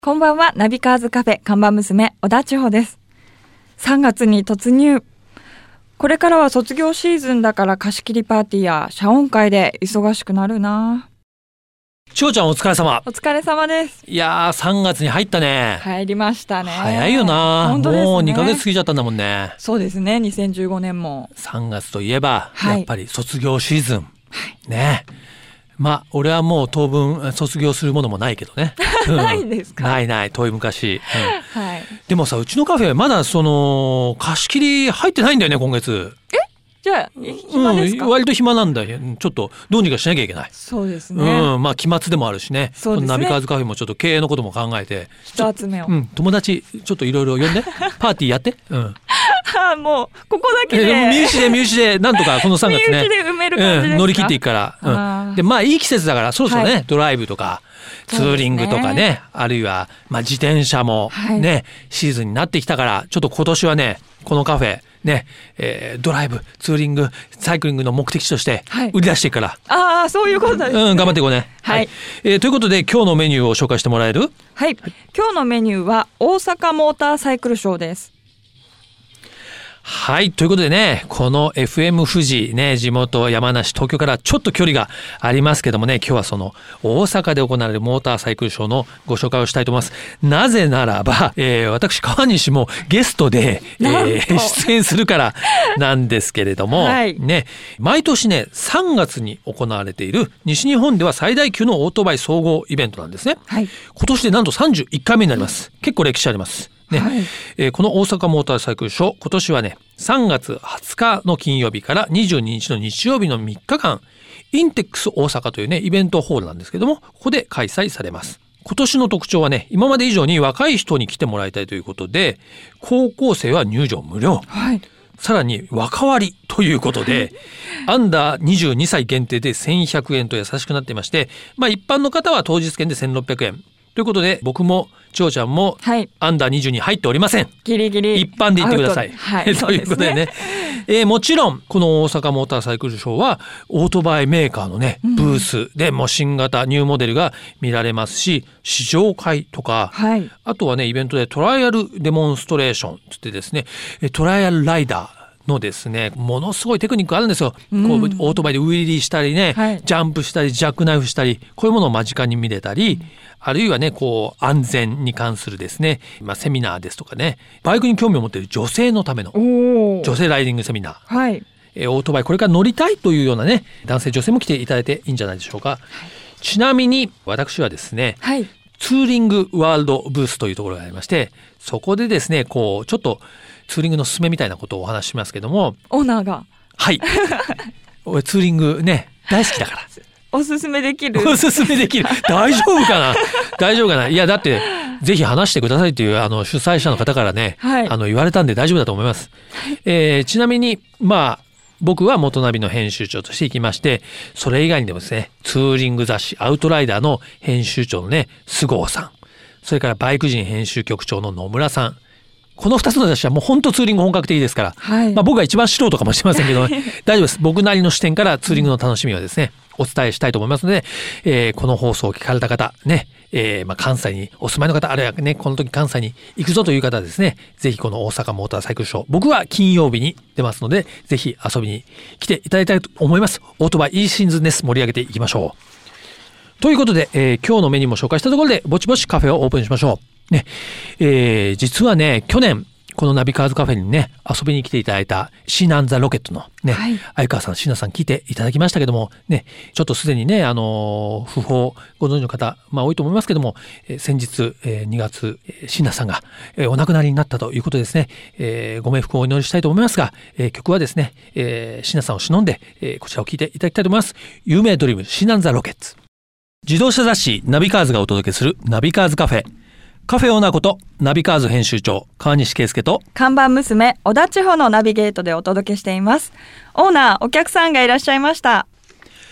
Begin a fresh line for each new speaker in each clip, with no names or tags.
こんばんは。ナビカーズカフェ看板娘小田千穂です。3月に突入。これからは卒業シーズンだから貸し切りパーティーや謝恩会で忙しくなるな。
千穂ちゃんお疲れ様。
お疲れ様です。
いやー3月に入ったね。
入りましたね。
早いよな。
本当ですね。
もう2ヶ月過ぎちゃったんだもんね。
そうですね。2015年も
3月といえば、
はい、
やっぱり卒業シーズン、ね。まあ俺はもう当分卒業するものもないけどね、
ないですか。
ない遠い昔、
はい、
でもさ、うちのカフェまだその貸し切り入ってないんだよね今月。
じゃあ暇ですか。
割と暇なんだよ。ちょっとどうにかしなきゃいけない。
そうですね。
まあ期末でもあるしね。
そうですね。
ナビカーズカフェもちょっと経営のことも考えて
人集めを、
友達ちょっといろいろ呼んでパーティーやって、
もうここだけで
身内でなんとかこの3月ね
身内で埋める感じですか。
乗り切っていくから、でまあいい季節だからそろそろね、はい、ドライブとかツーリングとかね、あるいは自転車もね、シーズンになってきたから、ちょっと今年はねこのカフェね、ドライブツーリングサイクリングの目的として売り出していくから、
ああそういうことですね。
頑張っていこうね。はい、ということで今日のメニューを紹介してもらえる？
はい、今日のメニューは大阪モーターサイクルショーです。
はい。ということでね、この FM 富士ね、地元山梨、東京からちょっと距離がありますけどもね、今日はその大阪で行われるモーターサイクルショーのご紹介をしたいと思います。なぜならば、私川西もゲストで、出演するからなんですけれども、はい、ね、毎年ね、3月に行われている西日本では最大級のオートバイ総合イベントなんですね。はい、今年でなんと31回目になります。結構歴史あります。ね、はい、この大阪モーターサイクルショー、今年はね3月20日の金曜日から22日の日曜日の3日間インテックス大阪というねイベントホールなんですけども、ここで開催されます。今年の特徴はね、今まで以上に若い人に来てもらいたいということで、高校生は入場無料、はい、さらに若割ということで、アンダー22歳限定で1100円と優しくなっていまして、一般の方は当日券で1600円ということで、僕も千穂ちゃんもアンダー20に入っておりません。
ギリギリ
一般で言ってください。はい、ということでね、もちろんこの大阪モーターサイクルショーはオートバイメーカーのねブースでもう新型ニューモデルが見られますし、試乗会とか、はい、あとはねイベントでトライアルデモンストレーションつってですね、トライアルライダーのですね、ものすごいテクニックあるんですよ。こうオートバイでウィリーしたりね、はい、ジャンプしたりジャックナイフしたり、こういうものを間近に見れたり、あるいはねこう安全に関するですね、セミナーですとかね、バイクに興味を持っている女性のための女性ライディングセミナー、はい、オートバイこれから乗りたいというようなね男性女性も来ていただいていいんじゃないでしょうか。はい、ちなみに私はですね、はい、ツーリングワールドブースというところがありまして、そこでですねこうちょっとツーリングのすすめみたいなことをお話ししますけども、
オーナーが
はい俺ツーリングね大好きだから
おすすめできる
大丈夫かな。いやだってぜひ話してくださいっていう主催者の方からね、はい、言われたんで大丈夫だと思います。ちなみに僕は元ナビの編集長として行きまして、それ以外にでもですねツーリング雑誌アウトライダーの編集長のね菅生さん、それからバイク人編集局長の野村さん、この2つの雑誌はもう本当ツーリング本格的ですから、はい、僕は一番素人かもしれませんけど、大丈夫です。僕なりの視点からツーリングの楽しみはですねお伝えしたいと思いますので、この放送を聞かれた方ね、関西にお住まいの方、あるいはねこの時関西に行くぞという方はですね、ぜひこの大阪モーターサイクルショー、僕は金曜日に出ますのでぜひ遊びに来ていただきたいと思います。オートバイいいシーズンです。盛り上げていきましょうということで、今日のメニューも紹介したところでぼちぼちカフェをオープンしましょうね。実はね去年このナビカーズカフェにね遊びに来ていただいたシナンザロケットのね、はい、相川さん、シナさん聞いていただきましたけどもね、ちょっとすでにね訃報ご存知の方、多いと思いますけども、先日、2月シナさんが、お亡くなりになったということですね。ご冥福をお祈りしたいと思いますが、曲はですね、シナさんを偲んで、こちらを聞いていただきたいと思います。有名ドリームシナンザロケッツ。自動車雑誌ナビカーズがお届けするナビカーズカフェ。カフェオーナーことナビカーズ編集長川西圭介と
看板娘小田千穂のナビゲートでお届けしています。オーナー、お客さんがいらっしゃいました。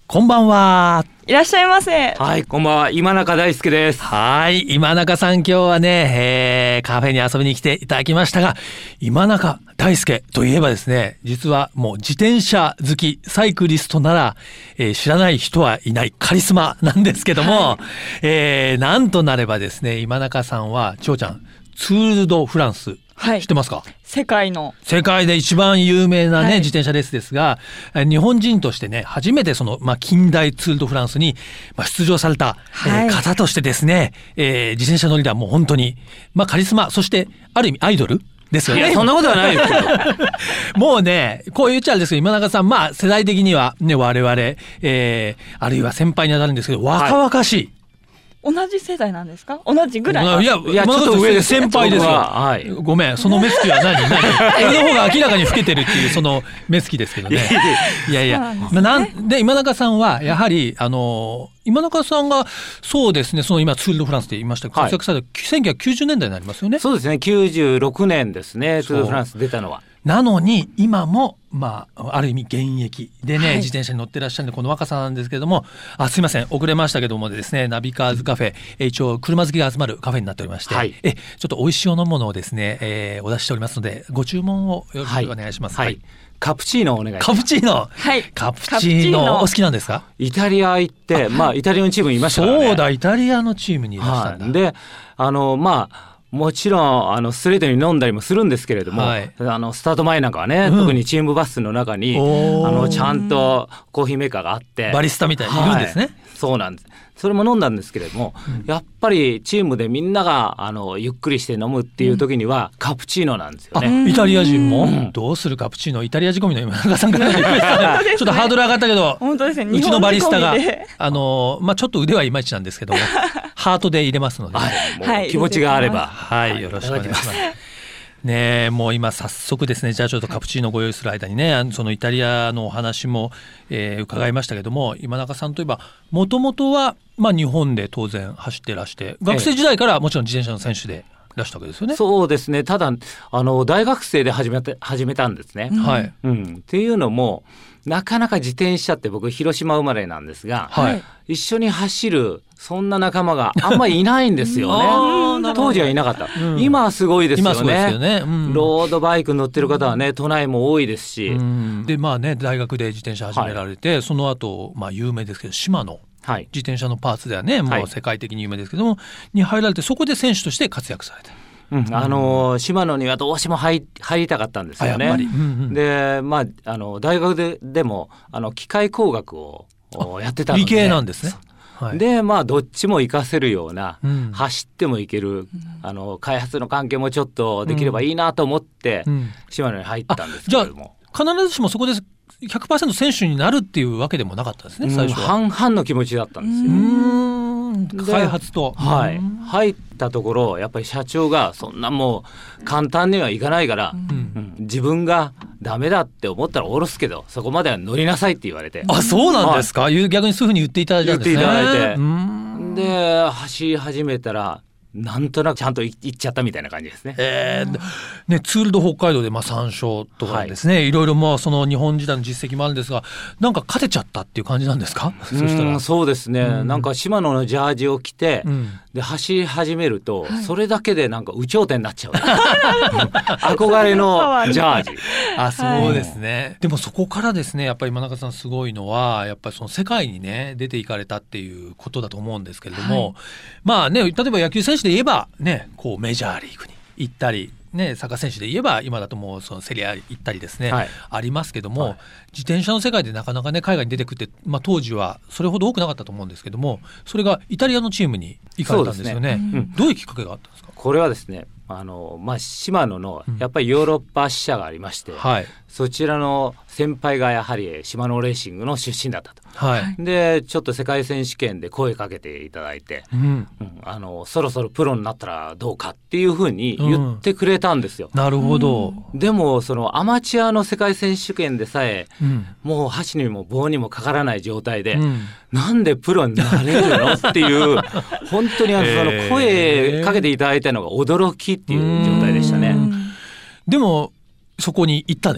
こんばんは。
いらっしゃいませ。
はい、こんばんは。今中大輔です。
はい、今中さん今日はね、カフェに遊びに来ていただきましたが、今中大輔といえばですね、実はもう自転車好きサイクリストなら、知らない人はいないカリスマなんですけども、なんとなればですね、今中さんは長ちゃんツール・ド・フランス、知ってますか？
世界
で一番有名なね、
はい
自転車レースですが、日本人としてね初めてその、近代ツール・ド・フランスに、出場された、方としてですね、自転車乗りではもう本当に、カリスマ、そしてある意味アイドルですよね。
いや、そんなことはないですけど
もうね、こう言っちゃうんですけど、今中さん、世代的にはね、我々、あるいは先輩に当たるんですけど、若々しい。
同じ世代なんですか？同じぐらい？
いや、ちょっと上です。
先輩ですよ。
はい。
ごめん、その目つきは何俺の方が明らかに老けてるっていうその目つきですけどね。いや、なんで今中さんはやはり今中さんがそうですね、その今ツール・ド・フランスで言いましたけど、活躍された1990年代になりますよね。
そうですね、96年ですね、ツール・ド・フランス出たのは。
なのに今もある意味現役でね、
はい、
自転車に乗ってらっしゃるんでこの若さなんですけれども、すいません遅れましたけどもですね、ナビカーズカフェ、一応車好きが集まるカフェになっておりまして、はい、ちょっと美味しいお飲み物をですね、お出ししておりますのでご注文をよろしくお願いします。
はい、カプチーノお願いします。
カプチーノ、
はい、
カプチーノお好きなんですか？
イタリア行ってイタリアのチームにいましたからね。
そうだ、イタリアのチームにいらしたんだ。
でもちろんストレートに飲んだりもするんですけれども、スタート前なんかはね、特にチームバスの中にちゃんとコーヒーメーカーがあって
バリスタみたいにいるんですね。
そうなんです。それも飲んだんですけれども、やっぱりチームでみんながゆっくりして飲むっていう時にはカプチーノなんですよね。
イタリア人も、どうするカプチーノ、イタリア仕込みの今中さんからちょっとハードル上がったけど、
本当ですね、
うちのバリスタがちょっと腕はいまいちなんですけどもハートで入れますので、
もう気持ちがあれば、
よろしくお願いします。ね、もう今早速ですね、じゃあちょっとカプチーノご用意する間にね、そのイタリアのお話も、伺いましたけども、今中さんといえばもともとは、日本で当然走ってらして、学生時代からもちろん自転車の選手でいらしたわけですよね。
そうですね、ただ大学生で始めたんですね。っていうのもなかなか自転車って僕広島生まれなんですが、一緒に走るそんな仲間があんまりいないんですよね。当時はいなかった。今はすごいですよね。ロードバイク乗ってる方はね、都内も多いですし、
で大学で自転車始められて、その後有名ですけどシマノ、自転車のパーツではね、もう世界的に有名ですけども、に入られて、そこで選手として活躍されて、
シマノにはどうしても入りたかったんですよね。で、大学でも機械工学をやってたので、
理系なんですね。
でどっちも活かせるような、走ってもいける、開発の関係もちょっとできればいいなと思って、シマノに入ったんですけれども、
じゃあ必ずしもそこで 100% 選手になるっていうわけでもなかったですね、最初は。
半々の気持ちだったんですよ。
開発と、
入ったところ、やっぱり社長がそんなもう簡単にはいかないから、自分がダメだって思ったら下ろすけど、そこまでは乗りなさいって言われて。
そうなんですか。逆にそういうふうに言っていただいたんですね。
言っていただいて、で走り始めたらなんとなくちゃんと行っちゃったみたいな感じですね。
ツール・ド・北海道で3勝とかですね、いろいろその日本時代の実績もあるんですが、なんか勝てちゃったっていう感じなんですか？
そうですね、なんかシマノのジャージを着て、で走り始めると、それだけでなんか有頂天になっちゃう憧れのジャージ。
そうですね。でもそこからですね、やっぱり今中さんすごいのは、やっぱりその世界にね出ていかれたっていうことだと思うんですけれども、例えば野球選手で言えばね、こうメジャーリーグに行ったりね、サッカー選手で言えば今だともうそのセリア行ったりですね、ありますけども、自転車の世界でなかなかね海外に出てくって、当時はそれほど多くなかったと思うんですけども、それがイタリアのチームに行かれたんですよね。どういうきっかけがあったんですか？
これはですね、シマノのやっぱりヨーロッパ支社がありまして、そちらの先輩がやはりシマノレーシングの出身だったと。でちょっと世界選手権で声かけていただいて、そろそろプロになったらどうかっていうふうに言ってくれたんですよ。
なるほど。
でもそのアマチュアの世界選手権でさえ、もう箸にも棒にもかからない状態で、なんでプロになれるのっていう本当にその声かけていただいたのが驚きっていう状態でしたね。
でもそこに行ったんですね。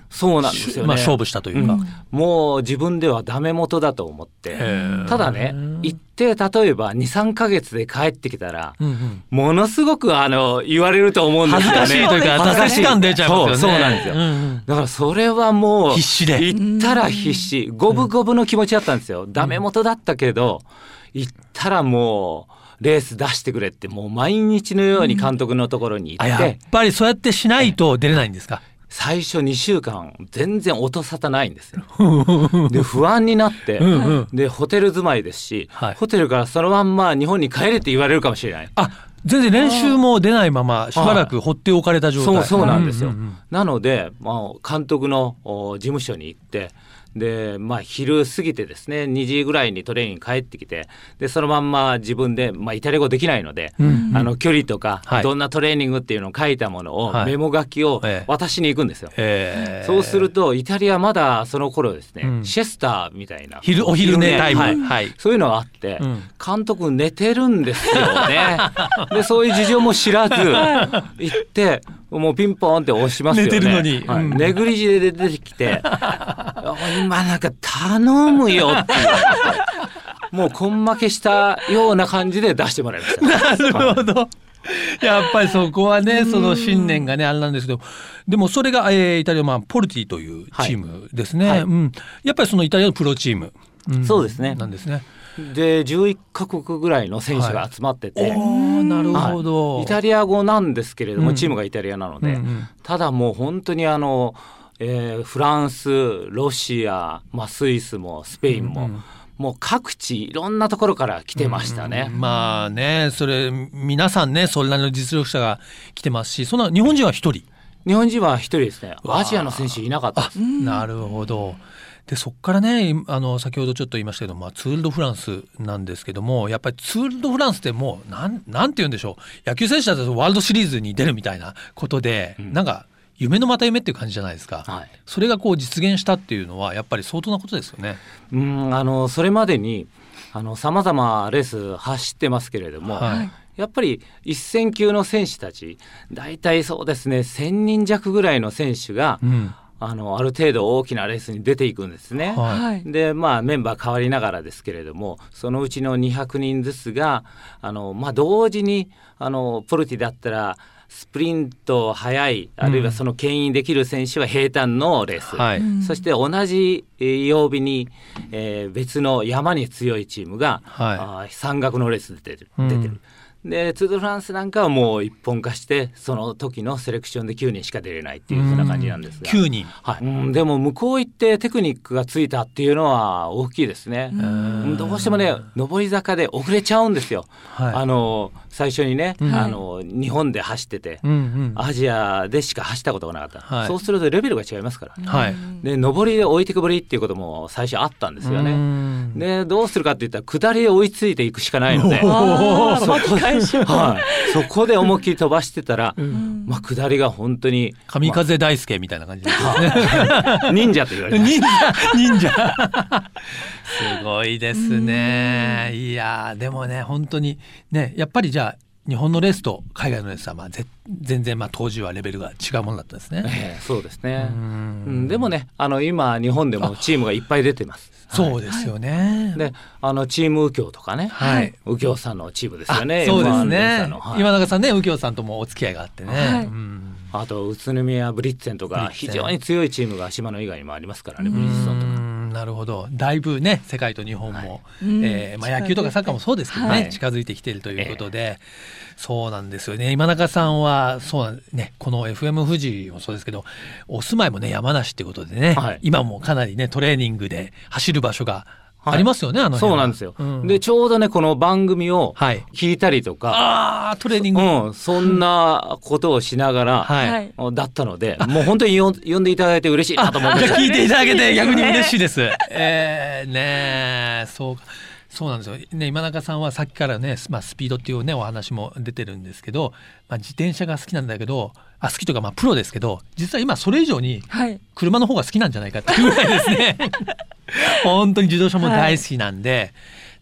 そうなんですよね。
勝負したというか、
もう自分ではダメ元だと思って、ただね、行って例えば 2,3 ヶ月で帰ってきたら、ものすごく言われると思うんですよね。
恥ずかしいというか、恥ずかし感出ちゃいますよね。
そうなんですよ。だからそれはもう
必死で
行ったら必死、五分五分の気持ちだったんですよ。ダメ元だったけど、行ったらもうレース出してくれって、もう毎日のように監督のところに行って、
やっぱりそうやってしないと出れないんですか？
最初2週間全然音沙汰ないんですよ。で不安になって、でホテル住まいですし、ホテルからそのまんま日本に帰れって言われるかもしれない。
全然練習も出ないまましばらく放っておかれた状態。
そうなんですよ。なので、監督の事務所に行って、で昼過ぎてですね、2時ぐらいにトレーニング帰ってきて、でそのまんま自分で、イタリア語できないので、距離とか、どんなトレーニングっていうのを書いたものを、メモ書きを渡しに行くんですよ。そうするとイタリアまだその頃ですね、シェスターみたいな
お昼寝タイム、
そういうのがあって、監督寝てるんですよね。でそういう事情も知らず行ってもうピンポンって押しますよね。
寝てるのに、
ネグリジェで出てきて今なんか頼むよっていうもう根負けしたような感じで出してもらいました。
なるほど。やっぱりそこはね、その信念がねあれなんですけど、でもそれが、イタリアポルティというチームですね、やっぱりそのイタリアのプロチーム、
そうですね、
なんですね。
で11カ国ぐらいの選手が集まってて、
なるほど、
イタリア語なんですけれども、チームがイタリアなので、ただもう本当にフランス、ロシア、スイスもスペインも、もう各地いろんなところから来てましたね。
それ皆さんね、それなりの実力者が来てますし、その日本人は一人。
日本人は一人ですね。アジアの選手いなかったです。
なるほど。でそこからね、先ほどちょっと言いましたけど、ツール・ド・フランスなんですけども、やっぱりツール・ド・フランスってもうなんて言うんでしょう、野球選手だとワールドシリーズに出るみたいなことで、なんか夢のまた夢っていう感じじゃないですか、それがこう実現したっていうのはやっぱり相当なことですよね。
それまでにさまざまレース走ってますけれども、やっぱり一線級の選手たち、大体そうですね、1000人弱ぐらいの選手が、ある程度大きなレースに出ていくんですね、でメンバー変わりながらですけれども、そのうちの200人ずつが同時にポルティだったらスプリント速い、あるいはその牽引できる選手は平坦のレース、そして同じ曜日に、別の山に強いチームが、山岳のレースで出てる。でツール・ド・フランスなんかはもう一本化して、その時のセレクションで9人しか出れないっていう風な感じなんですが、
9人、
でも向こう行ってテクニックがついたっていうのは大きいですね。どうしてもね、上り坂で遅れちゃうんですよ、最初にね、日本で走ってて、アジアでしか走ったことがなかった、そうするとレベルが違いますから、で上りで置いてくぼりっていうことも最初あったんですよね。でどうするかっていったら下りで追いついていくしかないのでそこで思いっきり飛ばしてたら、下りが本当に
神風大輔みたいな感じですね
忍者と言われて
忍者すごいですね。いやでもね、本当にね、やっぱりじゃあ日本のレースと海外のレースは全然当時はレベルが違うものだったんですね。
そうですね。でもね、今日本でもチームがいっぱい出てます。
そうですよね。
でチーム右京とかね、右京さんのチームですよね。
そうですね、今永さんね、右京さんともお付き合いがあってね、
あと宇都宮ブリッツェンとか非常に強いチームが島野以外にもありますからね、ブリヂストンとか。
なるほど、だいぶね世界と日本も、野球とかサッカーもそうですけどね、近づいてきているということで、そうなんですよね。今中さんはそうね、この FM 富士もそうですけど、お住まいもね山梨っていうことでね、今もかなりねトレーニングで走る場所がありますよね、
そうなんですよ、でちょうどねこの番組を聞いたりとか、
トレーニング、
そんなことをしながら、だったので、もう本当に呼んでいただいて嬉しいなと思って
聞いていただけて逆に嬉しいですそうなんですよね。今中さんはさっきからね、スピードっていうねお話も出てるんですけど、自転車が好きなんだけど、好きというかプロですけど、実は今それ以上に車の方が好きなんじゃないかっていうぐらいですね本当に自動車も大好きなんで、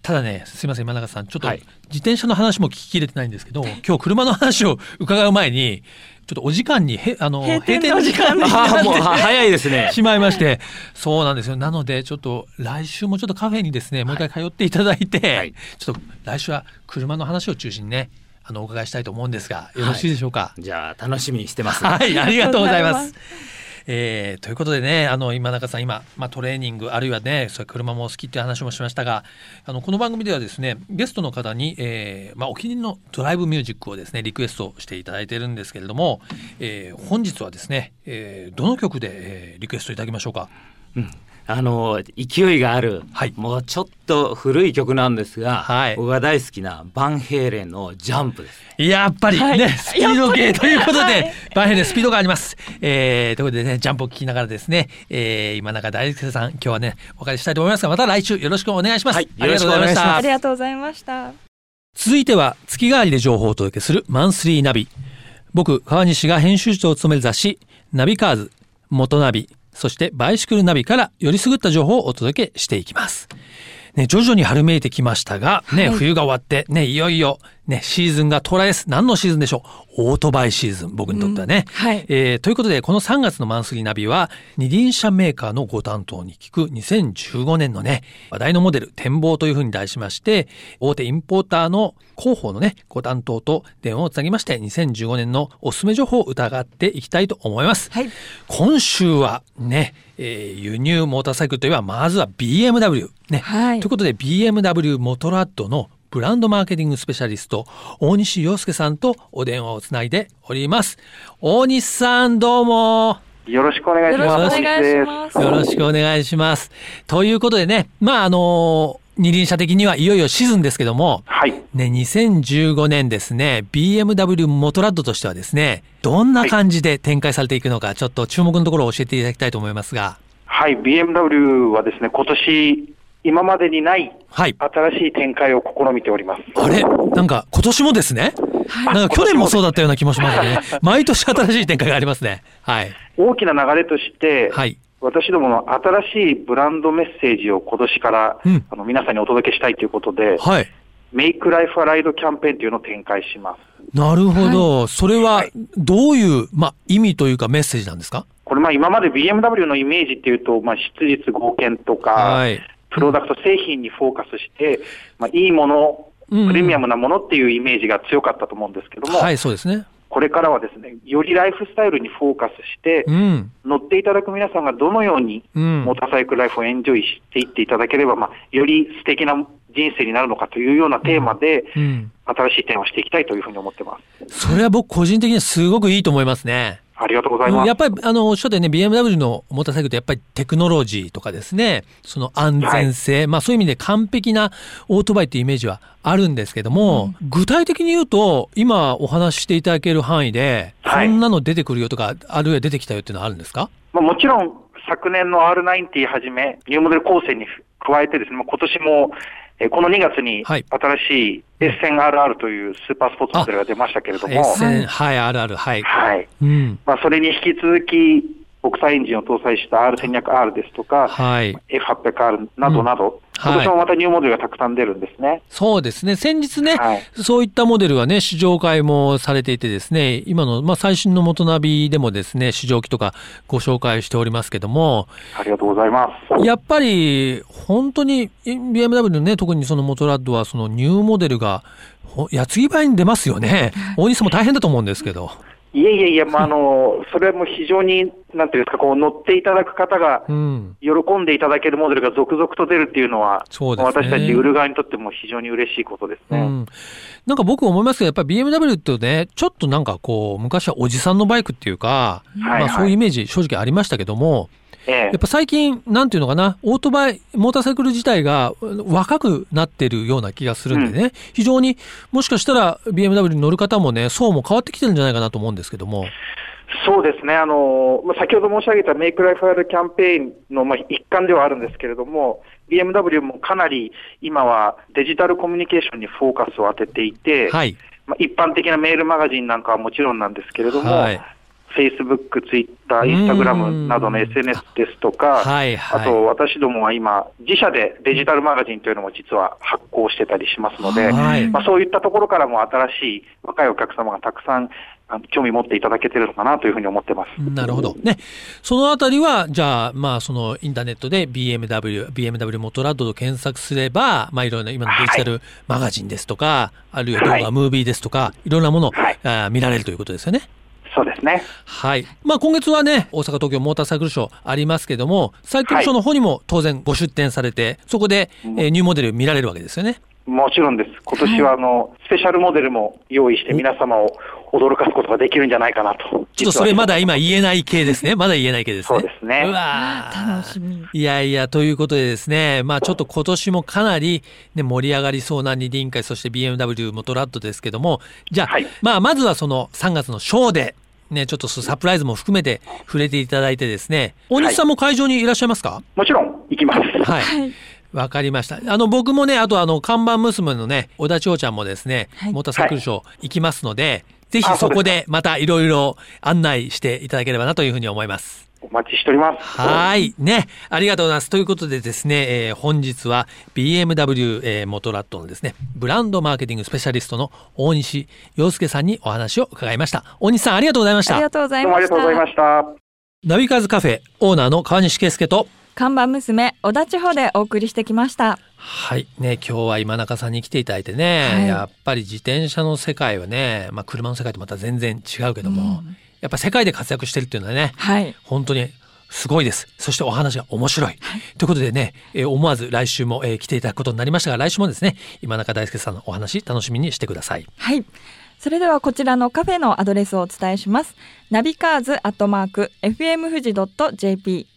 ただね、すいません今永さん、ちょっと自転車の話も聞ききれてないんですけど、今日車の話を伺う前にちょっとお時間に閉店の時間になって
もう早いですね
しまいまして、そうなんですよ。なのでちょっと来週もちょっとカフェにですねもう一回通っていただいて、ちょっと来週は車の話を中心にねお伺いしたいと思うんですが、よろしいでしょうか。
じゃあ楽しみにしてます。
はい、ありがとうございます。ということでね、今中さん今、トレーニングあるいはねそれ車も好きっていう話もしましたが、この番組ではですねゲストの方に、お気に入りのドライブミュージックをですねリクエストしていただいているんですけれども、本日はですね、どの曲で、リクエストいただきましょうか。
勢いがある、もうちょっと古い曲なんですが、僕が大好きなバンヘイレンのジャンプです。
やっぱりね、スピード系ということで、バンヘイレンスピードがあります。ということでね、ジャンプを聴きながらですね、今中大輔さん、今日はねお別れしたいと思いますが、また来週よろしくお願いします。
よろしくお願いします。
ありがとうございました。
続いては月替わりで情報をお届けするマンスリーナビ。僕川西が編集長を務める雑誌ナビカーズ、元ナビ、そしてバイシクルナビからよりすぐった情報をお届けしていきます。ね、徐々に春めいてきましたが、ね、冬が終わって、ね、いよいよ、ね、シーズンが到来です。何のシーズンでしょう。オートバイシーズン、僕にとってはね。ということで、この3月のマンスリーナビは、二輪車メーカーのご担当に聞く2015年のね、話題のモデル、展望というふうに題しまして、大手インポーターの広報のね、ご担当と電話をつなぎまして、2015年のおすすめ情報を伺っていきたいと思います。今週はね、輸入モーターサイクルといえばまずは BMW、ね、ということで BMW モトラッドのブランドマーケティングスペシャリスト大西洋介さんとお電話をつないでおります。大西さん、どうも
よろしくお願いします。
よろしくお願いします。ということでね、二輪車的にはいよいよシーズンですけども、ね、2015年ですね、BMW モトラッドとしてはですね、どんな感じで展開されていくのか、ちょっと注目のところを教えていただきたいと思いますが。
BMW はですね、今年今までにない新しい展開を試みております。
あれ、なんか今年もですね、なんか去年もそうだったような気もしますね。毎年新しい展開がありますね。
大きな流れとして、私どもの新しいブランドメッセージを今年から、皆さんにお届けしたいということで、メイクライフアライドキャンペーンというのを展開します。
なるほど。それはどういう、意味というかメッセージなんですか？
これ今まで BMW のイメージっていうと、質実剛健とか、プロダクト製品にフォーカスして、いいもの、プレミアムなものっていうイメージが強かったと思うんですけども、
そうですね。
これからはですね、よりライフスタイルにフォーカスして、乗っていただく皆さんがどのようにモーターサイクルライフをエンジョイしていっていただければ、より素敵な人生になるのかというようなテーマで、新しい点をしていきたいというふうに思ってます。
それは僕個人的にはすごくいいと思いますね。
ありがとうございます。
やっぱりおっしゃったように BMW のモーターサイクルってやっぱりテクノロジーとかですね、その安全性、そういう意味で完璧なオートバイっていうイメージはあるんですけども、具体的に言うと今お話ししていただける範囲で、こんなの出てくるよとか、あるいは出てきたよっていうのはあるんですか？
もちろん昨年の R90 はじめニューモデル構成に加えてですね、今年もこの2月に新しい S1000RR というスーパースポーツモデルが出ましたけれども、
S1000RR、
それに引き続き国際エンジンを搭載した R1200R ですとか、F800R などなど、今年もまたニューモデルがたくさん出るんですね。
そうですね。先日ね、そういったモデルがね、試乗会もされていてですね、今の、最新の元ナビでもですね、試乗機とかご紹介しておりますけども。
ありがとうございます。
やっぱり、本当に BMW のね、特にそのモトラッドはそのニューモデルが矢継ぎ早に出ますよね。大西さんも大変だと思うんですけど。
それはもう非常に、なんていうんですか、乗っていただく方が、喜んでいただけるモデルが続々と出るっていうのは、私たち売る側にとっても非常に嬉しいことですね。
なんか僕思いますけど、やっぱり BMW ってね、ちょっとなんか昔はおじさんのバイクっていうか、そういうイメージ正直ありましたけども、やっぱ最近、なんていうのかな、オートバイ、モーターサイクル自体が若くなってるような気がするんでね、非常にもしかしたら BMW に乗る方もね、層も変わってきてるんじゃないかなと思うんですけども。
そうですね。先ほど申し上げたメイクライフアイルキャンペーンの一環ではあるんですけれども、BMW もかなり今はデジタルコミュニケーションにフォーカスを当てていて、一般的なメールマガジンなんかはもちろんなんですけれども、 Facebook、Twitter、Instagram などの SNS ですとか、
はいはい、
あと私どもは今、自社でデジタルマガジンというのも実は発行してたりしますので、はい、そういったところからも新しい若いお客様がたくさん興味持っていただけてるのかなというふうに思ってます。
なるほど。ね。そのあたりは、じゃあ、そのインターネットで BMW モトラッドと検索すれば、いろいろな今のデジタルマガジンですとか、あるいは動画、ムービーですとか、いろんなものを、見られるということですよね。
そうですね。
はい。今月はね、大阪東京モーターサイクルショーありますけども、サイクルショーの方にも当然ご出展されて、そこで、ニューモデル見られるわけですよね。
もちろんです。今年はスペシャルモデルも用意して皆様を驚かすことができるんじゃないかなと。
ちょっとそれまだ今言えない系ですね。まだ言えない系ですね。
そうですね。
うわ
楽しみ。
いやいや、ということでですね、ちょっと今年もかなり、ね、盛り上がりそうな二輪会、そして BMW モトラッドですけども、じゃあ、まずはその3月のショーで、ね、ちょっとサプライズも含めて触れていただいてですね、大西さんも会場にいらっしゃいますか？
もちろん行きます。
はい。わかりました。僕もね、あと看板娘のね、小田千代ちゃんもですね、モーターサイクルショー行きますので、ぜひそこでまたいろいろ案内していただければなというふうに思います。
お待ちしております。
はい。ね。ありがとうございます。ということでですね、本日は BMW、モトラッドのですね、ブランドマーケティングスペシャリストの大西洋介さんにお話を伺いました。大西さん、ありがとうございました。
ありがとうございました。
どうもありがとうございました。
ナビカーズカフェオーナーの川西圭介と
看板娘小田千穂でお送りしてきました。
はいね、今日は今中さんに来ていただいてね、やっぱり自転車の世界はね、車の世界とまた全然違うけども、やっぱ世界で活躍してるっていうのはね、本当にすごいです。そしてお話が面白い、ということでね、思わず来週も、来ていただくことになりましたが、来週もですね、今中大輔さんのお話楽しみにしてください。
はい。それではこちらのカフェのアドレスをお伝えします。ナビカーズ@fm富士.jp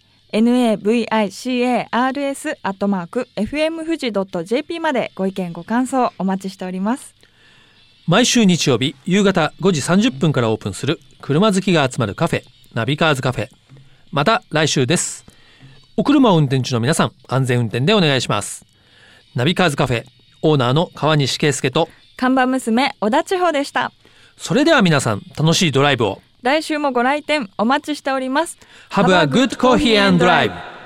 navicars@fm富士.jp までご意見ご感想お待ちしております。
毎週日曜日夕方5時30分からオープンする車好きが集まるカフェ、ナビカーズカフェ。また来週です。お車を運転中の皆さん、安全運転でお願いします。ナビカーズカフェオーナーの川西圭介と
看板娘小田千穂でした。
それでは皆さん、楽しいドライブを。
来週もご来店お待ちしております。
Have a good coffee and drive.